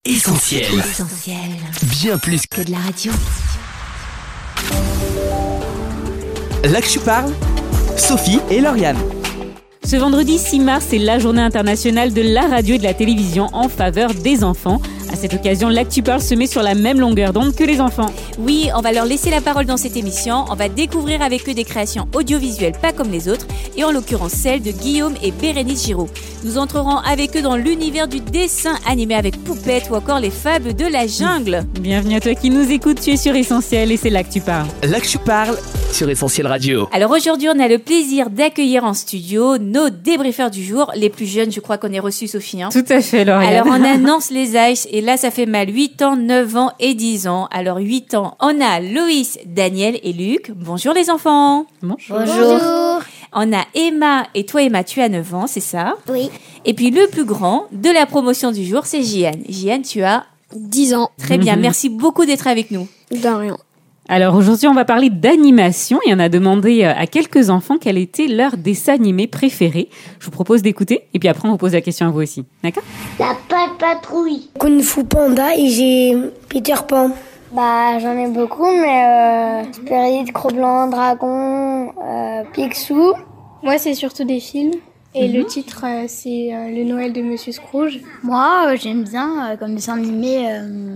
Essentiel. Bien plus que de la radio. Là que tu parles, Sophie et Lauriane. Ce vendredi 6 mars, c'est la journée internationale de la radio et de la télévision en faveur des enfants. À cette occasion, l'Actu Parle se met sur la même longueur d'onde que les enfants. Oui, on va leur laisser la parole dans cette émission. On va découvrir avec eux des créations audiovisuelles pas comme les autres, et en l'occurrence celle de Guillaume et Bérénice Giraud. Nous entrerons avec eux dans l'univers du dessin animé avec Poupette ou encore les fables de la jungle. Bienvenue à toi qui nous écoutes, tu es sur Essentiel et c'est là que tu parles. Là que tu parles sur Essentiel Radio. Alors aujourd'hui, on a le plaisir d'accueillir en studio nos débriefeurs du jour. Les plus jeunes, je crois qu'on est reçus, Sophie. Tout à fait, Lauriane. Alors on annonce les âges et là ça fait mal, 8 ans, 9 ans et 10 ans. Alors 8 ans, on a Loïs, Daniel et Luc. Bonjour les enfants. Bonjour. On a Emma, et toi Emma, tu as 9 ans, c'est ça? Oui. Et puis le plus grand de la promotion du jour, c'est Jian. Jian, tu as 10 ans. Très bien, merci beaucoup d'être avec nous. De rien. Alors aujourd'hui, on va parler d'animation et on a demandé à quelques enfants quel était leur dessin animé préféré. Je vous propose d'écouter et puis après on vous pose la question à vous aussi. D'accord ? La Patte Patrouille. Kung Fu Panda et j'ai Peter Pan. Bah j'en ai beaucoup mais Spirit, Cro-Blanc, Dragon, Picsou. Moi c'est surtout des films et le titre c'est Le Noël de Monsieur Scrooge. Moi j'aime bien comme dessin animé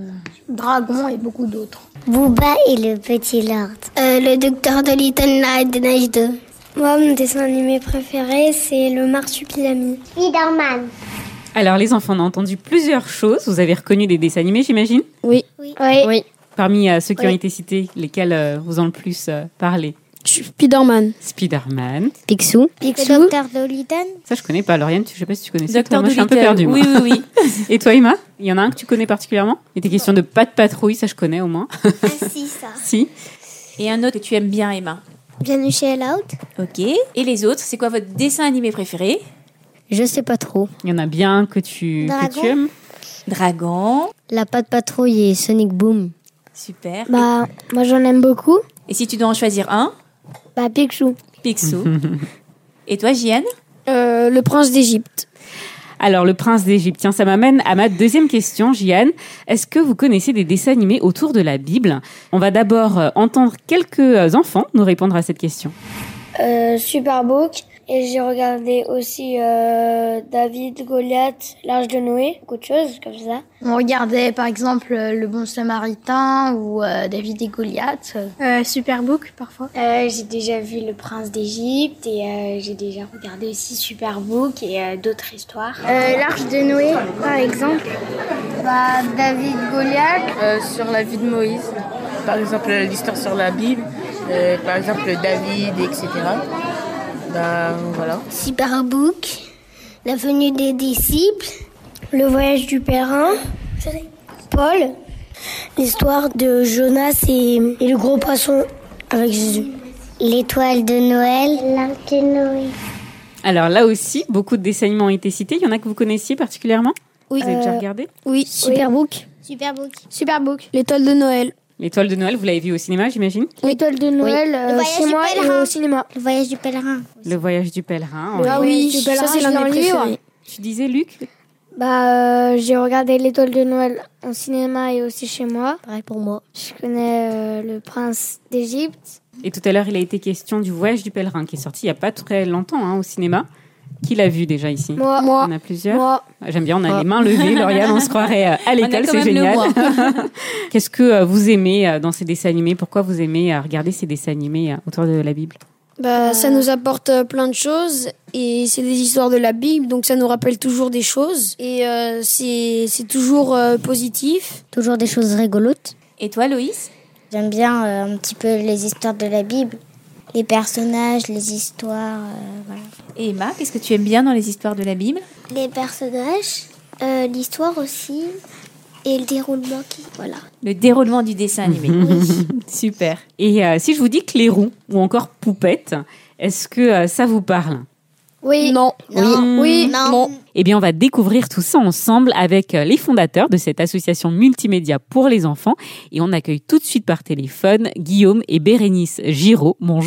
Dragon et beaucoup d'autres. Booba et le Petit Lord. Le Docteur Dolittle, la Reine des Neiges 2. Moi, mon dessin animé préféré, c'est le Marsupilami. Spider-Man. Alors les enfants, on a entendu plusieurs choses. Vous avez reconnu des dessins animés, j'imagine ? Oui. Parmi ceux qui ont été cités, lesquels vous ont le plus parlé ? Spider-Man. Picsou. Le Docteur Dolittle. Ça, je connais pas. Lauriane, je sais pas si tu connais ça. Docteur Moi, je suis un peu Dolittle. perdue. Moi. Oui. Et toi, Emma ? Il y en a un que tu connais particulièrement ? Il était question de Patte Patrouille, ça je connais au moins. Ah si, ça. Si. Et un autre que tu aimes bien, Emma. Bienvenue chez Elle Out. Ok. Et les autres, c'est quoi votre dessin animé préféré ? Je sais pas trop. Il y en a bien que tu aimes. Dragon. La Patte Patrouille et Sonic Boom. Super. Bah, moi j'en aime beaucoup. Et si tu dois en choisir un ? Bah, Picsou. Picsou. Et toi, Jian ? Le Prince d'Égypte. Alors, le prince d'Égypte, tiens, ça m'amène à ma deuxième question, Jian. Est-ce que vous connaissez des dessins animés autour de la Bible ? On va d'abord entendre quelques enfants nous répondre à cette question. Superbook. Et j'ai regardé aussi David, Goliath, l'Arche de Noé, beaucoup de choses comme ça. On regardait par exemple Le Bon Samaritain ou David et Goliath. Superbook parfois. J'ai déjà vu Le Prince d'Égypte et j'ai déjà regardé aussi Superbook et d'autres histoires. L'Arche de Noé, par exemple. Bah, David, Goliath. Sur la vie de Moïse. Par exemple, l'histoire sur la Bible. Par exemple, David, etc. Ben, voilà. Superbook. La venue des disciples. Le voyage du pèlerin. Paul. L'histoire de Jonas et le gros poisson avec Jésus. L'étoile de Noël. L'Arche de Noé. Alors là aussi, beaucoup de dessins animés ont été cités. Il y en a que vous connaissiez particulièrement ? Oui. Vous avez déjà regardé ? Oui. Superbook. Superbook. L'étoile de Noël. L'étoile de Noël, vous l'avez vu au cinéma, j'imagine ? L'étoile de Noël, chez moi et au cinéma. Le voyage du pèlerin. Le voyage du pèlerin. Ah oui, ça c'est l'un de mes préférés. Tu disais, Luc ? Bah, j'ai regardé l'étoile de Noël au cinéma et aussi chez moi. Pareil pour moi. Je connais le Prince d'Égypte. Et tout à l'heure, il a été question du voyage du pèlerin qui est sorti il n'y a pas très longtemps au cinéma. Qui l'a vu déjà ici ? Moi. Il y en a plusieurs. Moi. J'aime bien, on a les mains levées, Lauriane, on se croirait à l'école, c'est même génial. le Qu'est-ce que vous aimez dans ces dessins animés ? Pourquoi vous aimez regarder ces dessins animés autour de la Bible ? Bah, ça nous apporte plein de choses et c'est des histoires de la Bible, donc ça nous rappelle toujours des choses et c'est toujours positif. Toujours des choses rigolotes. Et toi, Loïs ? J'aime bien un petit peu les histoires de la Bible. Les personnages, les histoires, voilà. Et Emma, qu'est-ce que tu aimes bien dans les histoires de la Bible ? Les personnages, l'histoire aussi et le déroulement voilà. Le déroulement du dessin animé. Super. Et si je vous dis Clérou ou encore Poupette, est-ce que ça vous parle ? Oui. Non. Oui. Non. Eh bien, on va découvrir tout ça ensemble avec les fondateurs de cette association multimédia pour les enfants. Et on accueille tout de suite par téléphone Guillaume et Bérénice Giraud. Bonjour.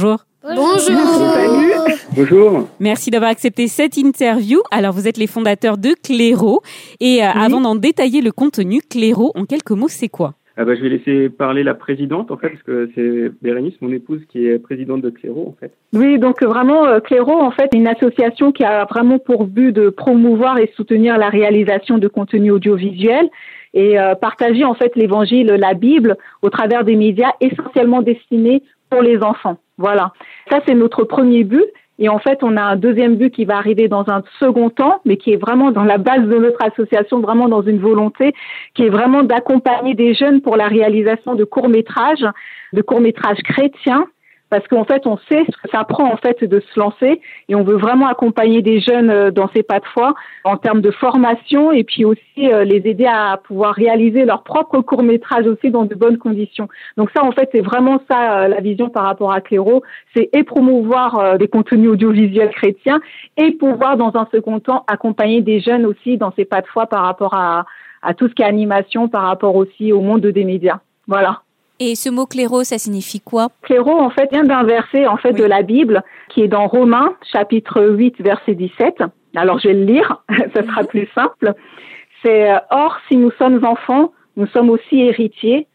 Bonjour. Bonjour. Merci d'avoir accepté cette interview. Alors, vous êtes les fondateurs de Clairo. Et avant d'en détailler le contenu, Clairo, en quelques mots, c'est quoi ? Je vais laisser parler la présidente, en fait, parce que c'est Bérénice, mon épouse, qui est présidente de Clairo, en fait. Oui, donc vraiment, Clairo, en fait, est une association qui a vraiment pour but de promouvoir et soutenir la réalisation de contenus audiovisuels et partager, en fait, l'évangile, la Bible, au travers des médias essentiellement destinés pour les enfants. Voilà. Ça, c'est notre premier but. Et en fait, on a un deuxième but qui va arriver dans un second temps, mais qui est vraiment dans la base de notre association, vraiment dans une volonté qui est vraiment d'accompagner des jeunes pour la réalisation de courts-métrages chrétiens. Parce qu'en fait, on sait ce que ça prend en fait de se lancer et on veut vraiment accompagner des jeunes dans ces pas de foi en termes de formation et puis aussi les aider à pouvoir réaliser leur propre court-métrage aussi dans de bonnes conditions. Donc ça, en fait, c'est vraiment ça la vision par rapport à Clairo, c'est et promouvoir des contenus audiovisuels chrétiens et pouvoir dans un second temps accompagner des jeunes aussi dans ces pas de foi par rapport à tout ce qui est animation, par rapport aussi au monde des médias. Voilà. Et ce mot Clairo, ça signifie quoi ? Clairo, en fait, vient d'un verset, en fait, de la Bible, qui est dans Romains, chapitre 8, verset 17. Alors, je vais le lire, ça sera plus simple. C'est « Or, si nous sommes enfants, nous sommes aussi héritiers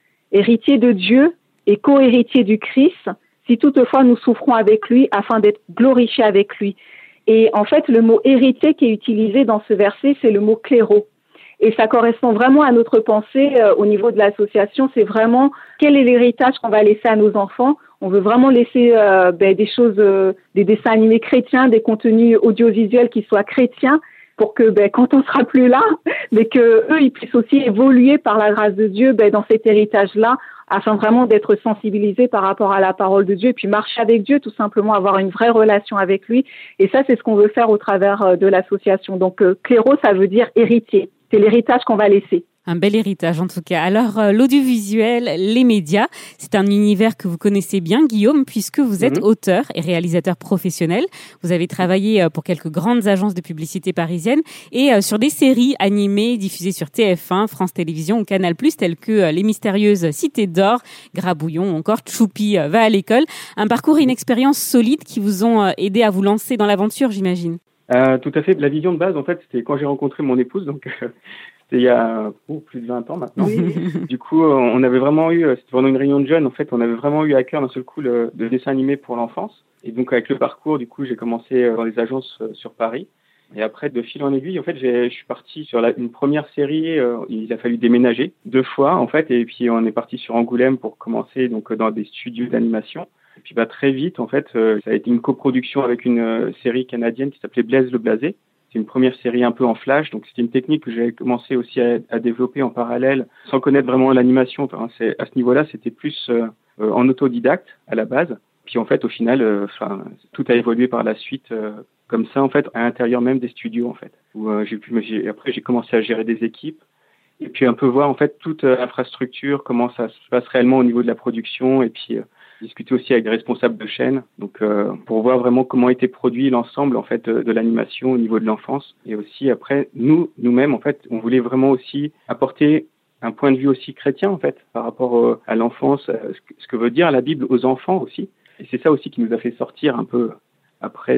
de Dieu et co-héritiers du Christ, si toutefois nous souffrons avec lui, afin d'être glorifiés avec lui. » Et en fait, le mot « héritier » qui est utilisé dans ce verset, c'est le mot « Clairo ». Et ça correspond vraiment à notre pensée au niveau de l'association. C'est vraiment quel est l'héritage qu'on va laisser à nos enfants. On veut vraiment laisser des choses, des dessins animés chrétiens, des contenus audiovisuels qui soient chrétiens, pour que quand on sera plus là, mais que eux ils puissent aussi évoluer par la grâce de Dieu dans cet héritage-là, afin vraiment d'être sensibilisés par rapport à la parole de Dieu et puis marcher avec Dieu, tout simplement avoir une vraie relation avec lui. Et ça, c'est ce qu'on veut faire au travers de l'association. Donc Clairo, ça veut dire héritier. C'est l'héritage qu'on va laisser. Un bel héritage en tout cas. Alors l'audiovisuel, les médias, c'est un univers que vous connaissez bien, Guillaume, puisque vous êtes auteur et réalisateur professionnel. Vous avez travaillé pour quelques grandes agences de publicité parisiennes et sur des séries animées diffusées sur TF1, France Télévisions ou Canal+, telles que Les Mystérieuses Cités d'Or, Grabouillon ou encore Choupi va à l'école. Un parcours et une expérience solide qui vous ont aidé à vous lancer dans l'aventure, j'imagine. Tout à fait. La vision de base, en fait, c'était quand j'ai rencontré mon épouse, donc c'était il y a plus de 20 ans maintenant. Du coup, on avait vraiment eu, c'était pendant une réunion de jeunes, en fait, on avait vraiment eu à cœur d'un seul coup le dessin animé pour l'enfance. Et donc, avec le parcours, du coup, j'ai commencé dans les agences sur Paris. Et après, de fil en aiguille, en fait, je suis parti sur une première série. Il a fallu déménager 2 fois, en fait, et puis on est parti sur Angoulême pour commencer donc dans des studios d'animation. Et puis très vite, en fait, ça a été une coproduction avec une série canadienne qui s'appelait Blaise le Blasé. C'est une première série un peu en flash, donc c'était une technique que j'avais commencé aussi à développer en parallèle, sans connaître vraiment l'animation. Enfin, à ce niveau-là, c'était plus en autodidacte à la base. Puis en fait, au final, tout a évolué par la suite, comme ça, en fait, à l'intérieur même des studios, en fait. Où après, j'ai commencé à gérer des équipes. Et puis un peu voir en fait toute l'infrastructure, comment ça se passe réellement au niveau de la production, et puis discuter aussi avec des responsables de chaîne, donc pour voir vraiment comment était produit l'ensemble en fait de l'animation au niveau de l'enfance. Et aussi après nous-mêmes en fait, on voulait vraiment aussi apporter un point de vue aussi chrétien en fait par rapport à l'enfance, ce que veut dire la Bible aux enfants aussi. Et c'est ça aussi qui nous a fait sortir un peu après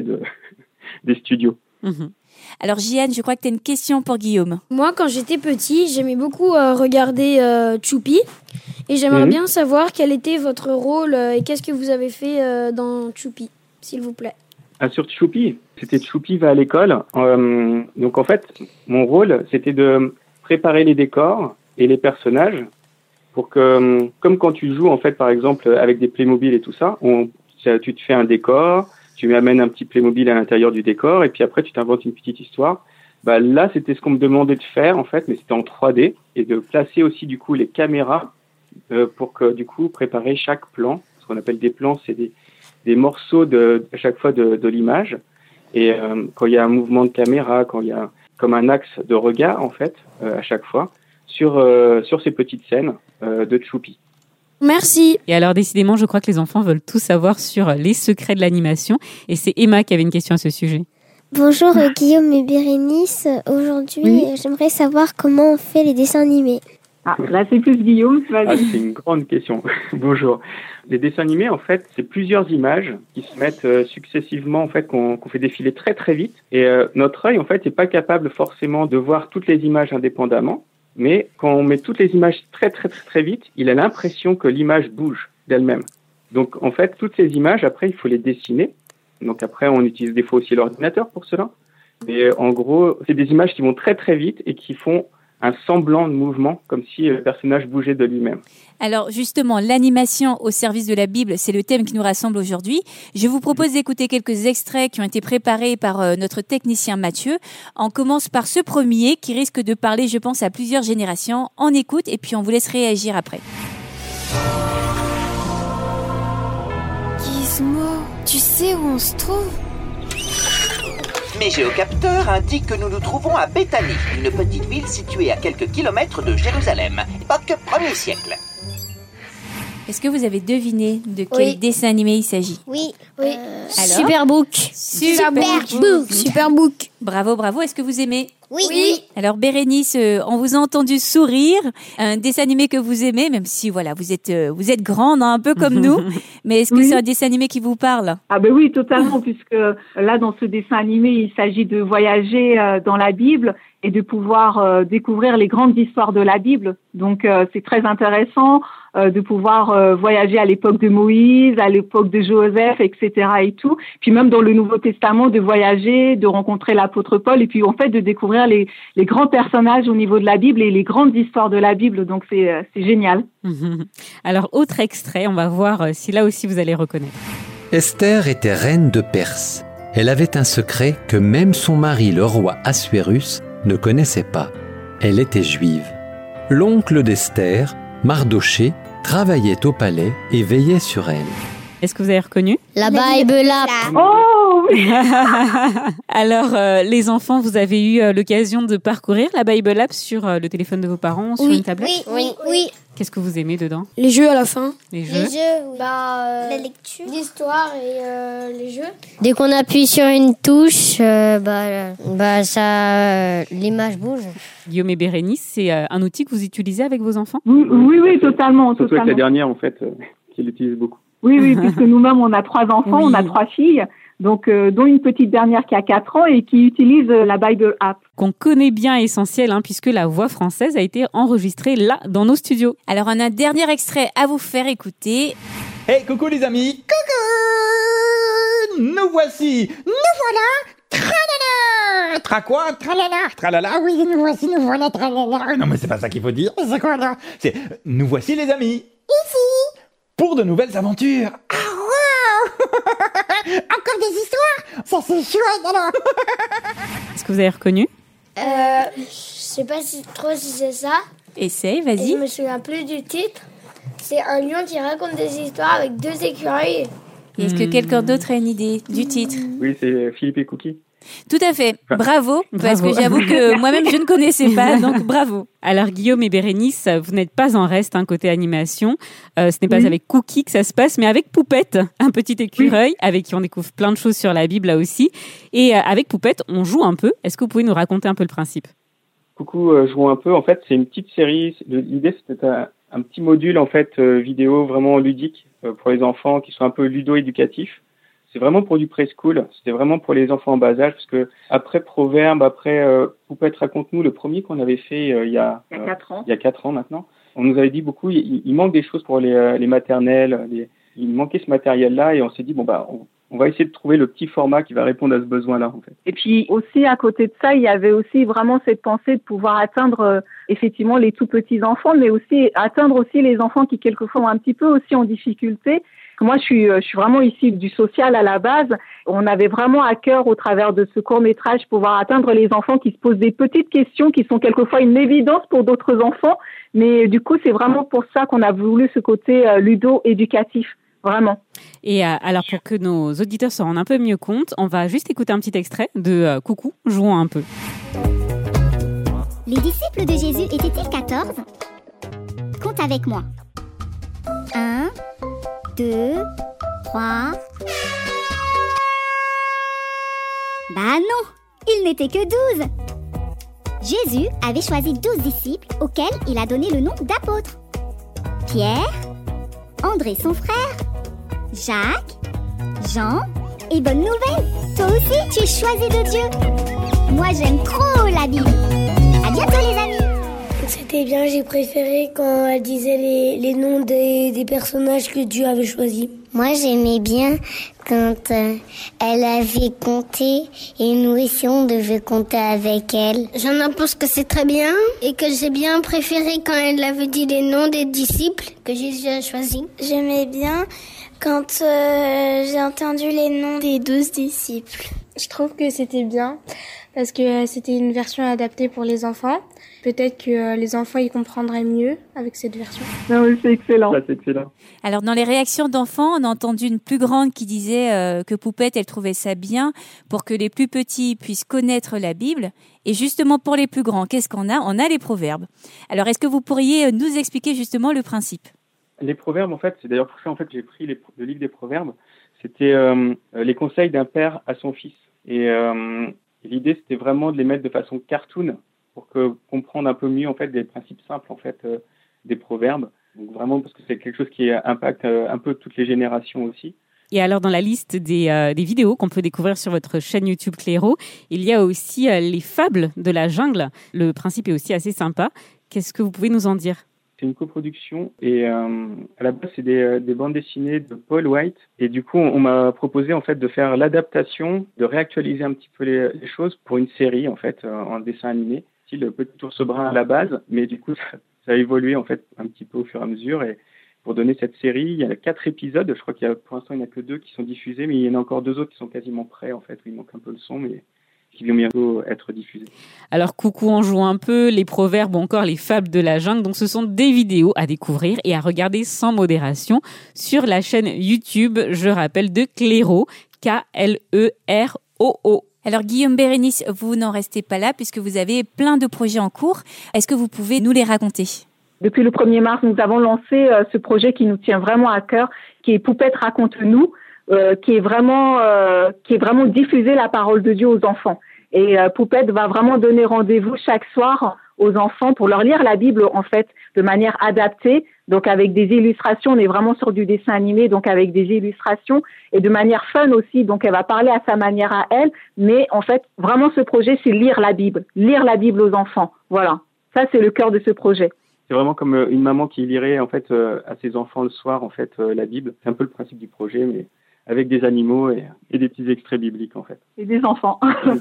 des studios. Mmh. Alors Jiane, je crois que tu as une question pour Guillaume. Moi, quand j'étais petit, j'aimais beaucoup regarder Choupi. Et j'aimerais bien savoir quel était votre rôle et qu'est-ce que vous avez fait dans Choupi, s'il vous plaît. Sur Choupi, c'était Choupi va à l'école. Donc en fait, mon rôle, c'était de préparer les décors et les personnages pour que, comme quand tu joues en fait, par exemple, avec des Playmobil et tout ça, tu te fais un décor, tu amènes un petit Playmobil à l'intérieur du décor et puis après tu t'inventes une petite histoire. Là, c'était ce qu'on me demandait de faire en fait, mais c'était en 3D et de placer aussi du coup les caméras pour que du coup préparer chaque plan. Ce qu'on appelle des plans, c'est des morceaux à chaque fois de l'image. Et quand il y a un mouvement de caméra, quand il y a comme un axe de regard en fait à chaque fois sur ces petites scènes de Choupi. Merci. Et alors, décidément, je crois que les enfants veulent tout savoir sur les secrets de l'animation. Et c'est Emma qui avait une question à ce sujet. Bonjour Guillaume et Bérénice. Aujourd'hui, j'aimerais savoir comment on fait les dessins animés. Ah, là, c'est plus Guillaume. Vas-y. C'est une grande question. Bonjour. Les dessins animés, en fait, c'est plusieurs images qui se mettent successivement, en fait, qu'on fait défiler très, très vite. Et notre œil, en fait, n'est pas capable forcément de voir toutes les images indépendamment. Mais quand on met toutes les images très, très, très, très vite, il a l'impression que l'image bouge d'elle-même. Donc, en fait, toutes ces images, après, il faut les dessiner. Donc, après, on utilise des fois aussi l'ordinateur pour cela. Mais en gros, c'est des images qui vont très, très vite et qui font un semblant de mouvement, comme si le personnage bougeait de lui-même. Alors justement, l'animation au service de la Bible, c'est le thème qui nous rassemble aujourd'hui. Je vous propose d'écouter quelques extraits qui ont été préparés par notre technicien Mathieu. On commence par ce premier qui risque de parler, je pense, à plusieurs générations. On écoute et puis on vous laisse réagir après. Gizmo, tu sais où on se trouve ? Mes géocapteurs indiquent que nous nous trouvons à Béthanie, une petite ville située à quelques kilomètres de Jérusalem, époque 1er siècle. Est-ce que vous avez deviné de quel dessin animé il s'agit ? Oui. Alors, Superbook. Superbook. Bravo. Est-ce que vous aimez ? Oui. Alors Bérénice, on vous a entendu sourire. Un dessin animé que vous aimez, même si voilà, vous êtes grande, hein, un peu comme nous. Mais est-ce que c'est un dessin animé qui vous parle ? Ah ben oui, totalement, puisque là, dans ce dessin animé, il s'agit de voyager dans la Bible et de pouvoir découvrir les grandes histoires de la Bible. Donc, c'est très intéressant de pouvoir voyager à l'époque de Moïse, à l'époque de Joseph, etc. et tout. Puis même dans le Nouveau Testament, de voyager, de rencontrer l'apôtre Paul et puis en fait de découvrir les grands personnages au niveau de la Bible et les grandes histoires de la Bible. Donc, c'est génial. Alors, autre extrait, on va voir si là aussi vous allez reconnaître. Esther était reine de Perse. Elle avait un secret que même son mari, le roi Assuérus, ne connaissait pas. Elle était juive. L'oncle d'Esther, Mardoché, travaillait au palais et veillait sur elle. Est-ce que vous avez reconnu ? La Bible App. Oh Alors, les enfants, vous avez eu l'occasion de parcourir la Bible App sur le téléphone de vos parents, sur une tablette ? Oui. Qu'est-ce que vous aimez dedans ? Les jeux à la fin. Les jeux, la lecture, l'histoire et les jeux. Dès qu'on appuie sur une touche, l'image bouge. Guillaume et Bérénice, c'est un outil que vous utilisez avec vos enfants ? Oui, totalement. Surtout avec la dernière, en fait, qui l'utilise beaucoup. Oui, puisque nous-mêmes, on a 3 enfants, on a 3 filles, donc dont une petite dernière qui a 4 ans et qui utilise la Bible App. Qu'on connaît bien Essentiel, puisque la voix française a été enregistrée là, dans nos studios. Alors, on a un dernier extrait à vous faire écouter. Hey, coucou les amis. Coucou. Nous voici. Nous voilà. Tralala. Quoi? Tralala, oui, nous voici, nous voilà, tralala. Non, mais c'est pas ça qu'il faut dire. C'est quoi, là? C'est nous voici les amis. Ici. Pour de nouvelles aventures. Ah, wow. Encore des histoires. Ça, c'est chouette, alors. Est-ce que vous avez reconnu? Je sais pas trop si c'est ça. Essaye, vas-y. Je me souviens plus du titre. C'est un lion qui raconte des histoires avec 2 écureuils. Est-ce que quelqu'un d'autre a une idée du titre? Oui, c'est Philippe et Cookie. Tout à fait. Bravo, parce que j'avoue que moi-même, je ne connaissais pas, donc bravo. Alors, Guillaume et Bérénice, vous n'êtes pas en reste côté animation. Ce n'est pas avec Cookie que ça se passe, mais avec Poupette, un petit écureuil avec qui on découvre plein de choses sur la Bible là aussi. Et avec Poupette, on joue un peu. Est-ce que vous pouvez nous raconter un peu le principe? Coucou, jouons un peu. En fait, c'est une petite série. L'idée, c'était un petit module en fait vidéo vraiment ludique pour les enfants qui sont un peu ludo-éducatifs. C'est vraiment pour du preschool, c'était vraiment pour les enfants en bas âge, parce que après Proverbe, après Poupette raconte-nous, le premier qu'on avait fait il y a 4 ans. Il y a 4 ans maintenant, on nous avait dit beaucoup, il manque des choses pour les maternelles, il manquait ce matériel-là, et on s'est dit, on va essayer de trouver le petit format qui va répondre à ce besoin-là, en fait. Et puis aussi, à côté de ça, il y avait aussi vraiment cette pensée de pouvoir atteindre effectivement les tout petits enfants, mais aussi atteindre aussi les enfants qui quelquefois ont un petit peu aussi en difficulté. Moi, je suis vraiment issue du social à la base. On avait vraiment à cœur, au travers de ce court-métrage, pouvoir atteindre les enfants qui se posent des petites questions qui sont quelquefois une évidence pour d'autres enfants. Mais du coup, c'est vraiment pour ça qu'on a voulu ce côté ludo-éducatif. Vraiment. Et alors, pour que nos auditeurs se rendent un peu mieux compte, on va juste écouter un petit extrait de Coucou, jouons un peu. Les disciples de Jésus étaient-ils 14 ? Compte avec moi. 1, 2, 3... Bah non, ils n'étaient que 12. Jésus avait choisi 12 disciples auxquels il a donné le nom d'apôtres. Pierre, André son frère, Jacques, Jean et bonne nouvelle, toi aussi tu es choisi de Dieu. Moi j'aime trop la Bible. À bientôt les amis. C'était bien, j'ai préféré quand elle disait les noms des personnages que Dieu avait choisis. Moi, j'aimais bien quand elle avait compté et nous aussi, on devait compter avec elle. J'en pense que c'est très bien et que j'ai bien préféré quand elle avait dit les noms des disciples que Jésus a choisis. J'aimais bien quand j'ai entendu les noms des 12 disciples. Je trouve que c'était bien parce que c'était une version adaptée pour les enfants. Peut-être que les enfants y comprendraient mieux avec cette version. Ah oui, c'est excellent. Ça, c'est excellent. Alors, dans les réactions d'enfants, on a entendu une plus grande qui disait que Poupette, elle trouvait ça bien pour que les plus petits puissent connaître la Bible. Et justement, pour les plus grands, qu'est-ce qu'on a ? On a les proverbes. Alors, est-ce que vous pourriez nous expliquer justement le principe ? Les proverbes, en fait, c'est d'ailleurs pour ça en fait, j'ai pris le livre des proverbes. C'était les conseils d'un père à son fils. Et l'idée, c'était vraiment de les mettre de façon cartoon pour comprendre un peu mieux en fait des principes simples en fait des proverbes. Donc vraiment parce que c'est quelque chose qui impacte un peu toutes les générations aussi. Et alors dans la liste des vidéos qu'on peut découvrir sur votre chaîne YouTube Clairo, il y a aussi les fables de la jungle. Le principe est aussi assez sympa. Qu'est-ce que vous pouvez nous en dire ? C'est une coproduction et à la base c'est des bandes dessinées de Paul White et du coup on m'a proposé en fait de faire l'adaptation, de réactualiser un petit peu les choses pour une série en fait en dessin animé. Le petit ours brun à la base, mais du coup ça a évolué en fait un petit peu au fur et à mesure et pour donner cette série, il y a 4 épisodes, je crois pour l'instant il n'y en a que 2 qui sont diffusés, mais il y en a encore 2 autres qui sont quasiment prêts en fait, où il manque un peu le son, mais qui vont bientôt être diffusés. Alors coucou, on joue un peu les proverbes ou encore les fables de la jungle, donc ce sont des vidéos à découvrir et à regarder sans modération sur la chaîne YouTube, je rappelle, de Clairo, K-L-E-R-O-O. Alors Guillaume, Bérénice, vous n'en restez pas là puisque vous avez plein de projets en cours. Est-ce que vous pouvez nous les raconter ? Depuis le 1er mars, nous avons lancé ce projet qui nous tient vraiment à cœur, qui est Poupette raconte-nous, qui est vraiment diffuser la parole de Dieu aux enfants. Et Poupette va vraiment donner rendez-vous chaque soir aux enfants pour leur lire la Bible en fait de manière adaptée, donc avec des illustrations. On est vraiment sur du dessin animé, donc avec des illustrations et de manière fun aussi. Donc elle va parler à sa manière à elle, mais en fait vraiment ce projet c'est lire la Bible aux enfants. Voilà, ça c'est le cœur de ce projet. C'est vraiment comme une maman qui lirait en fait à ses enfants le soir en fait la Bible. C'est un peu le principe du projet, mais avec des animaux et des petits extraits bibliques en fait. Et des enfants.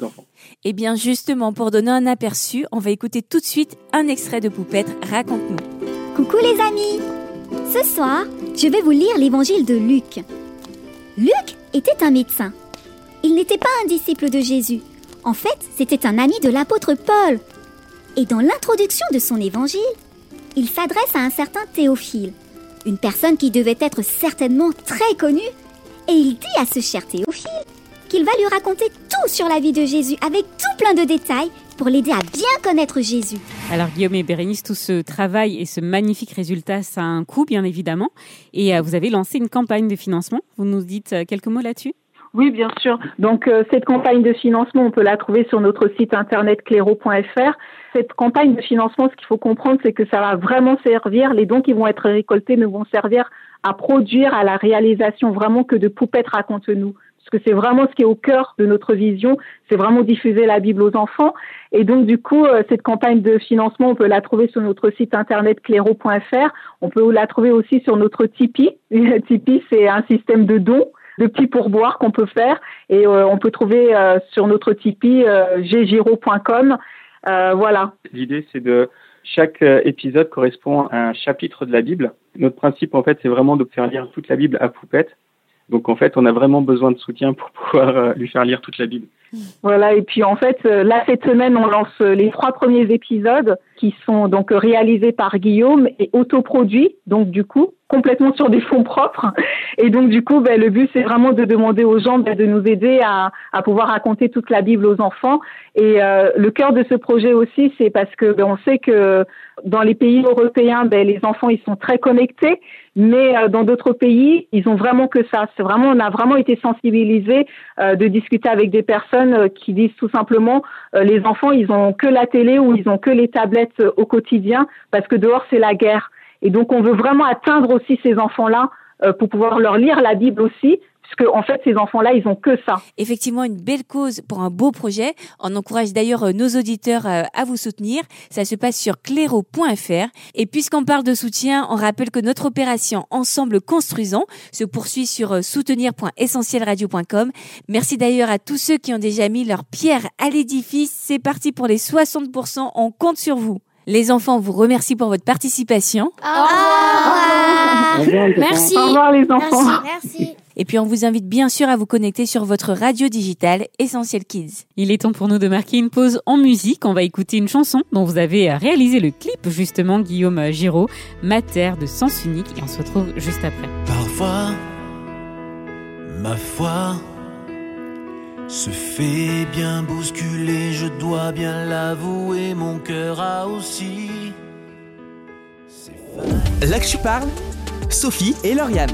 Eh bien justement, pour donner un aperçu, on va écouter tout de suite un extrait de Poupette, raconte-nous. Coucou les amis! Ce soir, je vais vous lire l'évangile de Luc. Luc était un médecin. Il n'était pas un disciple de Jésus. En fait, c'était un ami de l'apôtre Paul. Et dans l'introduction de son évangile, il s'adresse à un certain Théophile, une personne qui devait être certainement très connue. Et il dit à ce cher Théophile qu'il va lui raconter tout sur la vie de Jésus avec tout plein de détails pour l'aider à bien connaître Jésus. Alors Guillaume et Bérénice, tout ce travail et ce magnifique résultat, ça a un coût bien évidemment. Et vous avez lancé une campagne de financement. Vous nous dites quelques mots là-dessus ? Oui, bien sûr. Donc, cette campagne de financement, on peut la trouver sur notre site internet clairo.fr. Cette campagne de financement, ce qu'il faut comprendre, c'est que ça va vraiment servir, les dons qui vont être récoltés ne vont servir à produire, à la réalisation vraiment que de Poupette raconte-nous. Parce que c'est vraiment ce qui est au cœur de notre vision, c'est vraiment diffuser la Bible aux enfants. Et donc, du coup, cette campagne de financement, on peut la trouver sur notre site internet clairo.fr. On peut la trouver aussi sur notre Tipeee. Tipeee, c'est un système de dons, de petits pourboires qu'on peut faire. Et on peut trouver sur notre Tipeee ggiro.com. Voilà. L'idée, c'est chaque épisode correspond à un chapitre de la Bible. Notre principe, en fait, c'est vraiment de faire lire toute la Bible à Poupette. Donc, en fait, on a vraiment besoin de soutien pour pouvoir lui faire lire toute la Bible. Voilà, et puis en fait, là, cette semaine, on lance les 3 premiers épisodes qui sont donc réalisés par Guillaume et autoproduits, donc du coup, complètement sur des fonds propres. Et donc, du coup, le but, c'est vraiment de demander aux gens de nous aider à pouvoir raconter toute la Bible aux enfants. Et le cœur de ce projet aussi, c'est parce que on sait que dans les pays européens, les enfants, ils sont très connectés, mais dans d'autres pays, ils ont vraiment que ça. On a vraiment été sensibilisés de discuter avec des personnes jeunes qui disent tout simplement les enfants, ils ont que la télé ou ils ont que les tablettes au quotidien parce que dehors c'est la guerre. Et donc on veut vraiment atteindre aussi ces enfants-là pour pouvoir leur lire la Bible aussi, puisque en fait ces enfants-là, ils ont que ça. Effectivement, une belle cause pour un beau projet. On encourage d'ailleurs nos auditeurs à vous soutenir. Ça se passe sur clairo.fr. Et puisqu'on parle de soutien, on rappelle que notre opération Ensemble Construisons se poursuit sur soutenir.essentielradio.com. Merci d'ailleurs à tous ceux qui ont déjà mis leur pierre à l'édifice. C'est parti pour les 60%. On compte sur vous. Les enfants, on vous remercie pour votre participation. Au revoir. Merci. Au revoir les enfants. Merci. Et puis on vous invite bien sûr à vous connecter sur votre radio digitale Essentiel Kids. Il est temps pour nous de marquer une pause en musique. On va écouter une chanson dont vous avez réalisé le clip justement, Guillaume Giraud, Mater de Sens Unique. Et on se retrouve juste après. Parfois, ma foi se fait bien bousculer, je dois bien l'avouer, mon cœur a aussi. Là que tu parles, Sophie et Lauriane.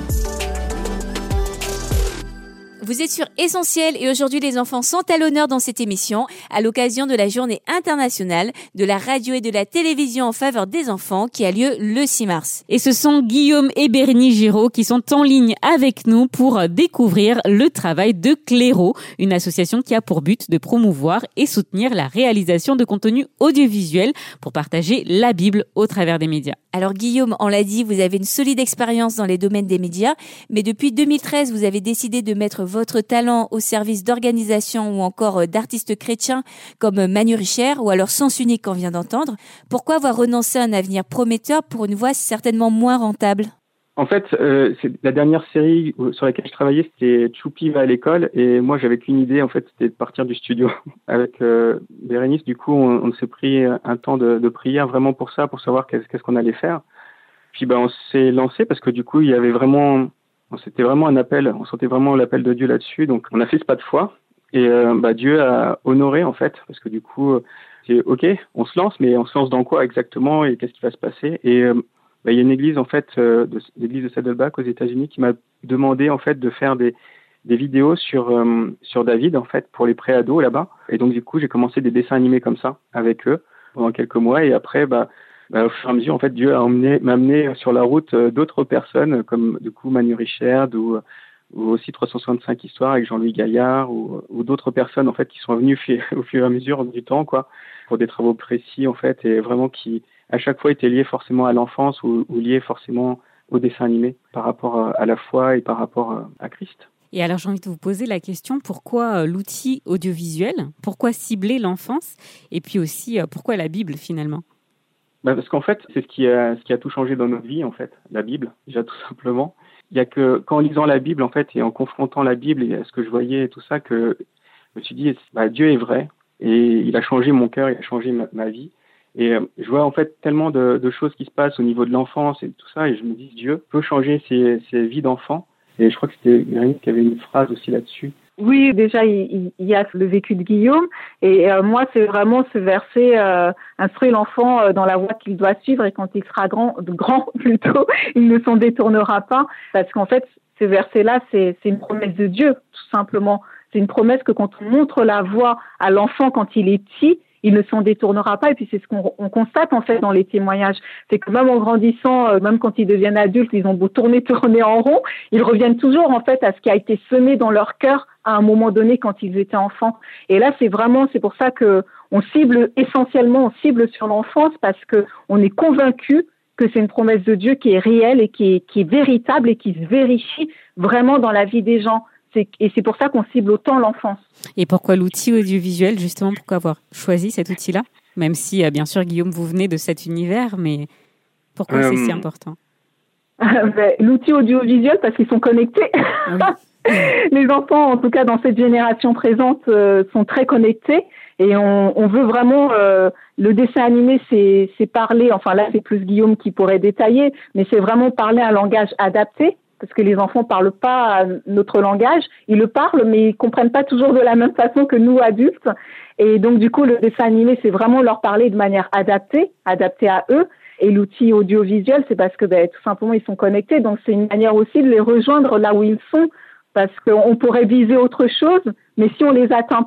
Vous êtes sur Essentiel et aujourd'hui les enfants sont à l'honneur dans cette émission à l'occasion de la journée internationale de la radio et de la télévision en faveur des enfants qui a lieu le 6 mars. Et ce sont Guillaume et Bérénice Giraud qui sont en ligne avec nous pour découvrir le travail de Clairo, une association qui a pour but de promouvoir et soutenir la réalisation de contenus audiovisuels pour partager la Bible au travers des médias. Alors Guillaume, on l'a dit, vous avez une solide expérience dans les domaines des médias, mais depuis 2013, vous avez décidé de mettre votre talent au service d'organisations ou encore d'artistes chrétiens comme Manu Richer ou alors Sens Unique qu'on vient d'entendre. Pourquoi avoir renoncé à un avenir prometteur pour une voie certainement moins rentable ? En fait, c'est la dernière série sur laquelle je travaillais, c'était Choupi va à l'école, et moi j'avais qu'une idée, en fait, c'était de partir du studio avec Bérénice. Du coup, on s'est pris un temps de prière vraiment pour ça, pour savoir qu'est-ce qu'on allait faire. Puis on s'est lancé parce que du coup, il y avait vraiment, c'était vraiment un appel, on sentait vraiment l'appel de Dieu là-dessus. Donc, on a fait ce pas de foi, et Dieu a honoré en fait, parce que du coup, c'est ok, on se lance, mais on se lance dans quoi exactement et qu'est-ce qui va se passer ? Et il y a une église en fait, l'église de Saddleback aux États-Unis, qui m'a demandé en fait de faire des vidéos sur David en fait pour les pré-ados là-bas. Et donc du coup, j'ai commencé des dessins animés comme ça avec eux pendant quelques mois. Et après, au fur et à mesure, en fait, Dieu m'a amené sur la route d'autres personnes comme du coup Manu Richard ou aussi 365 histoires avec Jean-Louis Gaillard ou d'autres personnes en fait qui sont venues au fur et à mesure du temps quoi, pour des travaux précis en fait, et vraiment qui à chaque fois étaient liés forcément à l'enfance ou liés forcément au dessin animé par rapport à la foi et par rapport à Christ. Et alors j'ai envie de vous poser la question, pourquoi l'outil audiovisuel ? Pourquoi cibler l'enfance ? Et puis aussi, pourquoi la Bible finalement ? Parce qu'en fait, c'est ce qui a tout changé dans notre vie en fait, la Bible, déjà tout simplement. Il y a que qu'en lisant la Bible en fait et en confrontant la Bible et ce que je voyais et tout ça, que je me suis dit Dieu est vrai et il a changé mon cœur, il a changé ma vie. Et je vois en fait tellement de choses qui se passent au niveau de l'enfance et tout ça, et je me dis Dieu peut changer ces vies d'enfants. Et je crois que c'était Bérénice qui avait une phrase aussi là-dessus. Oui, déjà il y a le vécu de Guillaume, et moi c'est vraiment ce verset instruire l'enfant dans la voie qu'il doit suivre, et quand il sera grand plutôt, il ne s'en détournera pas, parce qu'en fait ce verset-là c'est une promesse de Dieu tout simplement. C'est une promesse que quand on montre la voie à l'enfant quand il est petit, il ne s'en détournera pas. Et puis c'est ce qu'on constate en fait dans les témoignages, c'est que même en grandissant, même quand ils deviennent adultes, ils ont beau tourner en rond, ils reviennent toujours en fait à ce qui a été semé dans leur cœur à un moment donné quand ils étaient enfants. Et là c'est pour ça que on cible sur l'enfance, parce que on est convaincu que c'est une promesse de Dieu qui est réelle et qui est véritable et qui se vérifie vraiment dans la vie des gens. Et c'est pour ça qu'on cible autant l'enfance. Et pourquoi l'outil audiovisuel, justement, pourquoi avoir choisi cet outil-là ? Même si, bien sûr, Guillaume, vous venez de cet univers, mais pourquoi c'est si important ? L'outil audiovisuel, parce qu'ils sont connectés. Oui. Les enfants, en tout cas dans cette génération présente, sont très connectés. Et on veut vraiment... le dessin animé, c'est parler... Enfin là, c'est plus Guillaume qui pourrait détailler, mais c'est vraiment parler un langage adapté. Parce que les enfants parlent pas notre langage, ils le parlent, mais ils comprennent pas toujours de la même façon que nous adultes. Et donc du coup, le dessin animé, c'est vraiment leur parler de manière adaptée à eux. Et l'outil audiovisuel, c'est parce que tout simplement ils sont connectés. Donc c'est une manière aussi de les rejoindre là où ils sont, parce qu'on pourrait viser autre chose, mais si on les atteint pas,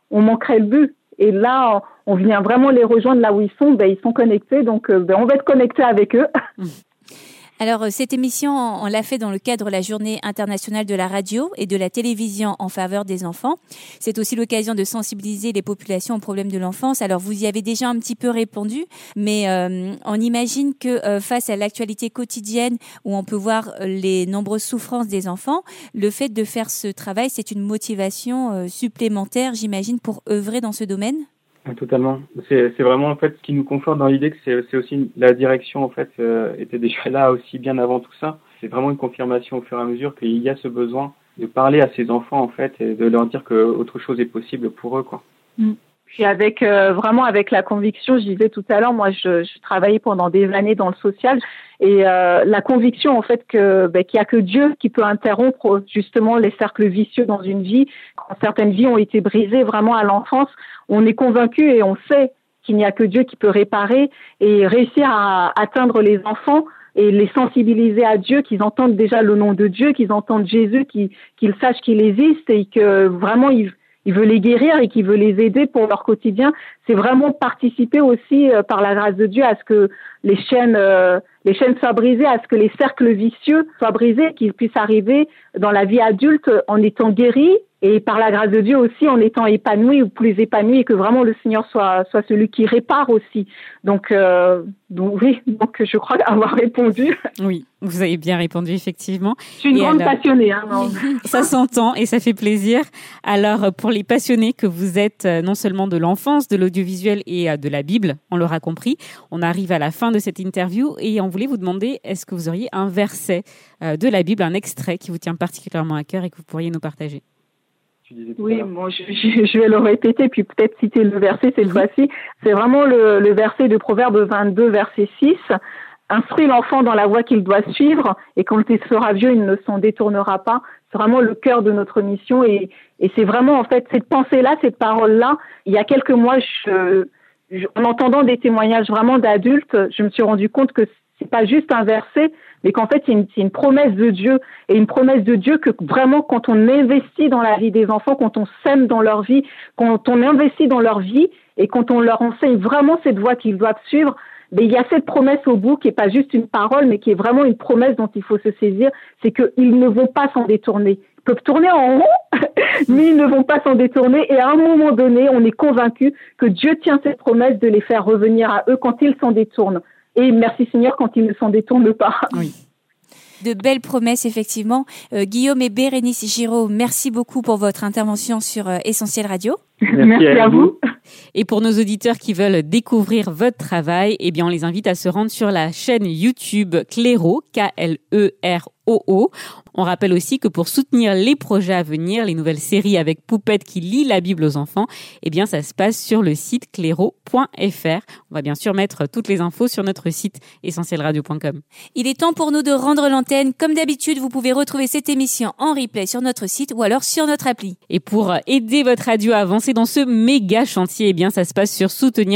on manquerait le but. Et là, on vient vraiment les rejoindre là où ils sont. Ils sont connectés, donc on va être connectés avec eux. Alors, cette émission, on l'a fait dans le cadre de la Journée internationale de la radio et de la télévision en faveur des enfants. C'est aussi l'occasion de sensibiliser les populations aux problèmes de l'enfance. Alors, vous y avez déjà un petit peu répondu, mais on imagine que face à l'actualité quotidienne où on peut voir les nombreuses souffrances des enfants, le fait de faire ce travail, c'est une motivation supplémentaire, j'imagine, pour œuvrer dans ce domaine. Totalement. C'est vraiment en fait ce qui nous conforte dans l'idée que c'est aussi la direction en fait était déjà là aussi bien avant tout ça. C'est vraiment une confirmation au fur et à mesure qu'il y a ce besoin de parler à ces enfants en fait et de leur dire que autre chose est possible pour eux quoi. Puis avec vraiment avec la conviction, je disais tout à l'heure, moi je travaillais pendant des années dans le social et la conviction en fait que qu'il y a que Dieu qui peut interrompre justement les cercles vicieux dans une vie. Quand certaines vies ont été brisées vraiment à l'enfance, on est convaincu et on sait qu'il n'y a que Dieu qui peut réparer et réussir à atteindre les enfants et les sensibiliser à Dieu, qu'ils entendent déjà le nom de Dieu, qu'ils entendent Jésus, qu'ils sachent qu'il existe et que vraiment il veut les guérir et qu'il veut les aider pour leur quotidien. C'est vraiment participer aussi par la grâce de Dieu à ce que les chaînes soient brisées, à ce que les cercles vicieux soient brisés, qu'ils puissent arriver dans la vie adulte en étant guéris et par la grâce de Dieu aussi en étant épanouis ou plus épanouis et que vraiment le Seigneur soit celui qui répare aussi. Donc je crois avoir répondu. Oui, vous avez bien répondu effectivement. Je suis une grande passionnée. Ça s'entend et ça fait plaisir. Alors pour les passionnés que vous êtes non seulement de l'enfance, de l'audiovisuel et de la Bible, on l'aura compris, on arrive à la fin de cette interview et on voulait vous demander est-ce que vous auriez un verset de la Bible, un extrait qui vous tient particulièrement à cœur et que vous pourriez nous partager? Oui, moi je vais le répéter puis peut-être citer le verset cette fois-ci. C'est vraiment le verset de Proverbe 22, verset 6. Instruis l'enfant dans la voie qu'il doit suivre et quand il sera vieux, il ne s'en détournera pas. C'est vraiment le cœur de notre mission et c'est vraiment en fait cette pensée-là, cette parole-là. Il y a quelques mois, en entendant des témoignages vraiment d'adultes, je me suis rendu compte que c'est pas juste un verset, mais qu'en fait c'est une promesse de Dieu et une promesse de Dieu que vraiment quand on investit dans la vie des enfants, quand on sème dans leur vie, quand on investit dans leur vie et quand on leur enseigne vraiment cette voie qu'ils doivent suivre, mais il y a cette promesse au bout qui est pas juste une parole, mais qui est vraiment une promesse dont il faut se saisir, c'est qu'ils ne vont pas s'en détourner. Ils peuvent tourner en rond, mais ils ne vont pas s'en détourner. Et à un moment donné, on est convaincu que Dieu tient cette promesse de les faire revenir à eux quand ils s'en détournent. Et merci Seigneur quand ils ne s'en détournent pas. Oui. De belles promesses, effectivement. Guillaume et Bérénice Giraud, merci beaucoup pour votre intervention sur Essentiel Radio. Merci à vous. Et pour nos auditeurs qui veulent découvrir votre travail, eh bien, on les invite à se rendre sur la chaîne YouTube Clairo, K-L-E-R-O-O. On rappelle aussi que pour soutenir les projets à venir, les nouvelles séries avec Poupette qui lit la Bible aux enfants, eh bien, ça se passe sur le site clairo.fr. On va bien sûr mettre toutes les infos sur notre site essentielradio.com. Il est temps pour nous de rendre l'antenne. Comme d'habitude, vous pouvez retrouver cette émission en replay sur notre site ou alors sur notre appli. Et pour aider votre radio à avancer dans ce méga chantier, eh bien, ça se passe sur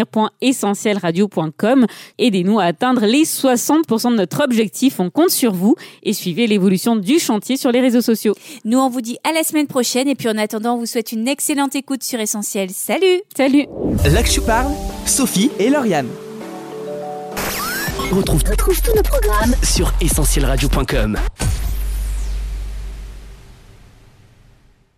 soutenir.essentielradio.com. Aidez-nous à atteindre les 60% de notre objectif. On compte sur vous et suivez l'évolution du chantier sur les réseaux sociaux. Nous, on vous dit à la semaine prochaine et puis en attendant, on vous souhaite une excellente écoute sur Essentiel. Salut! Salut! Là que je parle, Sophie et Lauriane. Retrouve tous nos programmes sur essentielradio.com.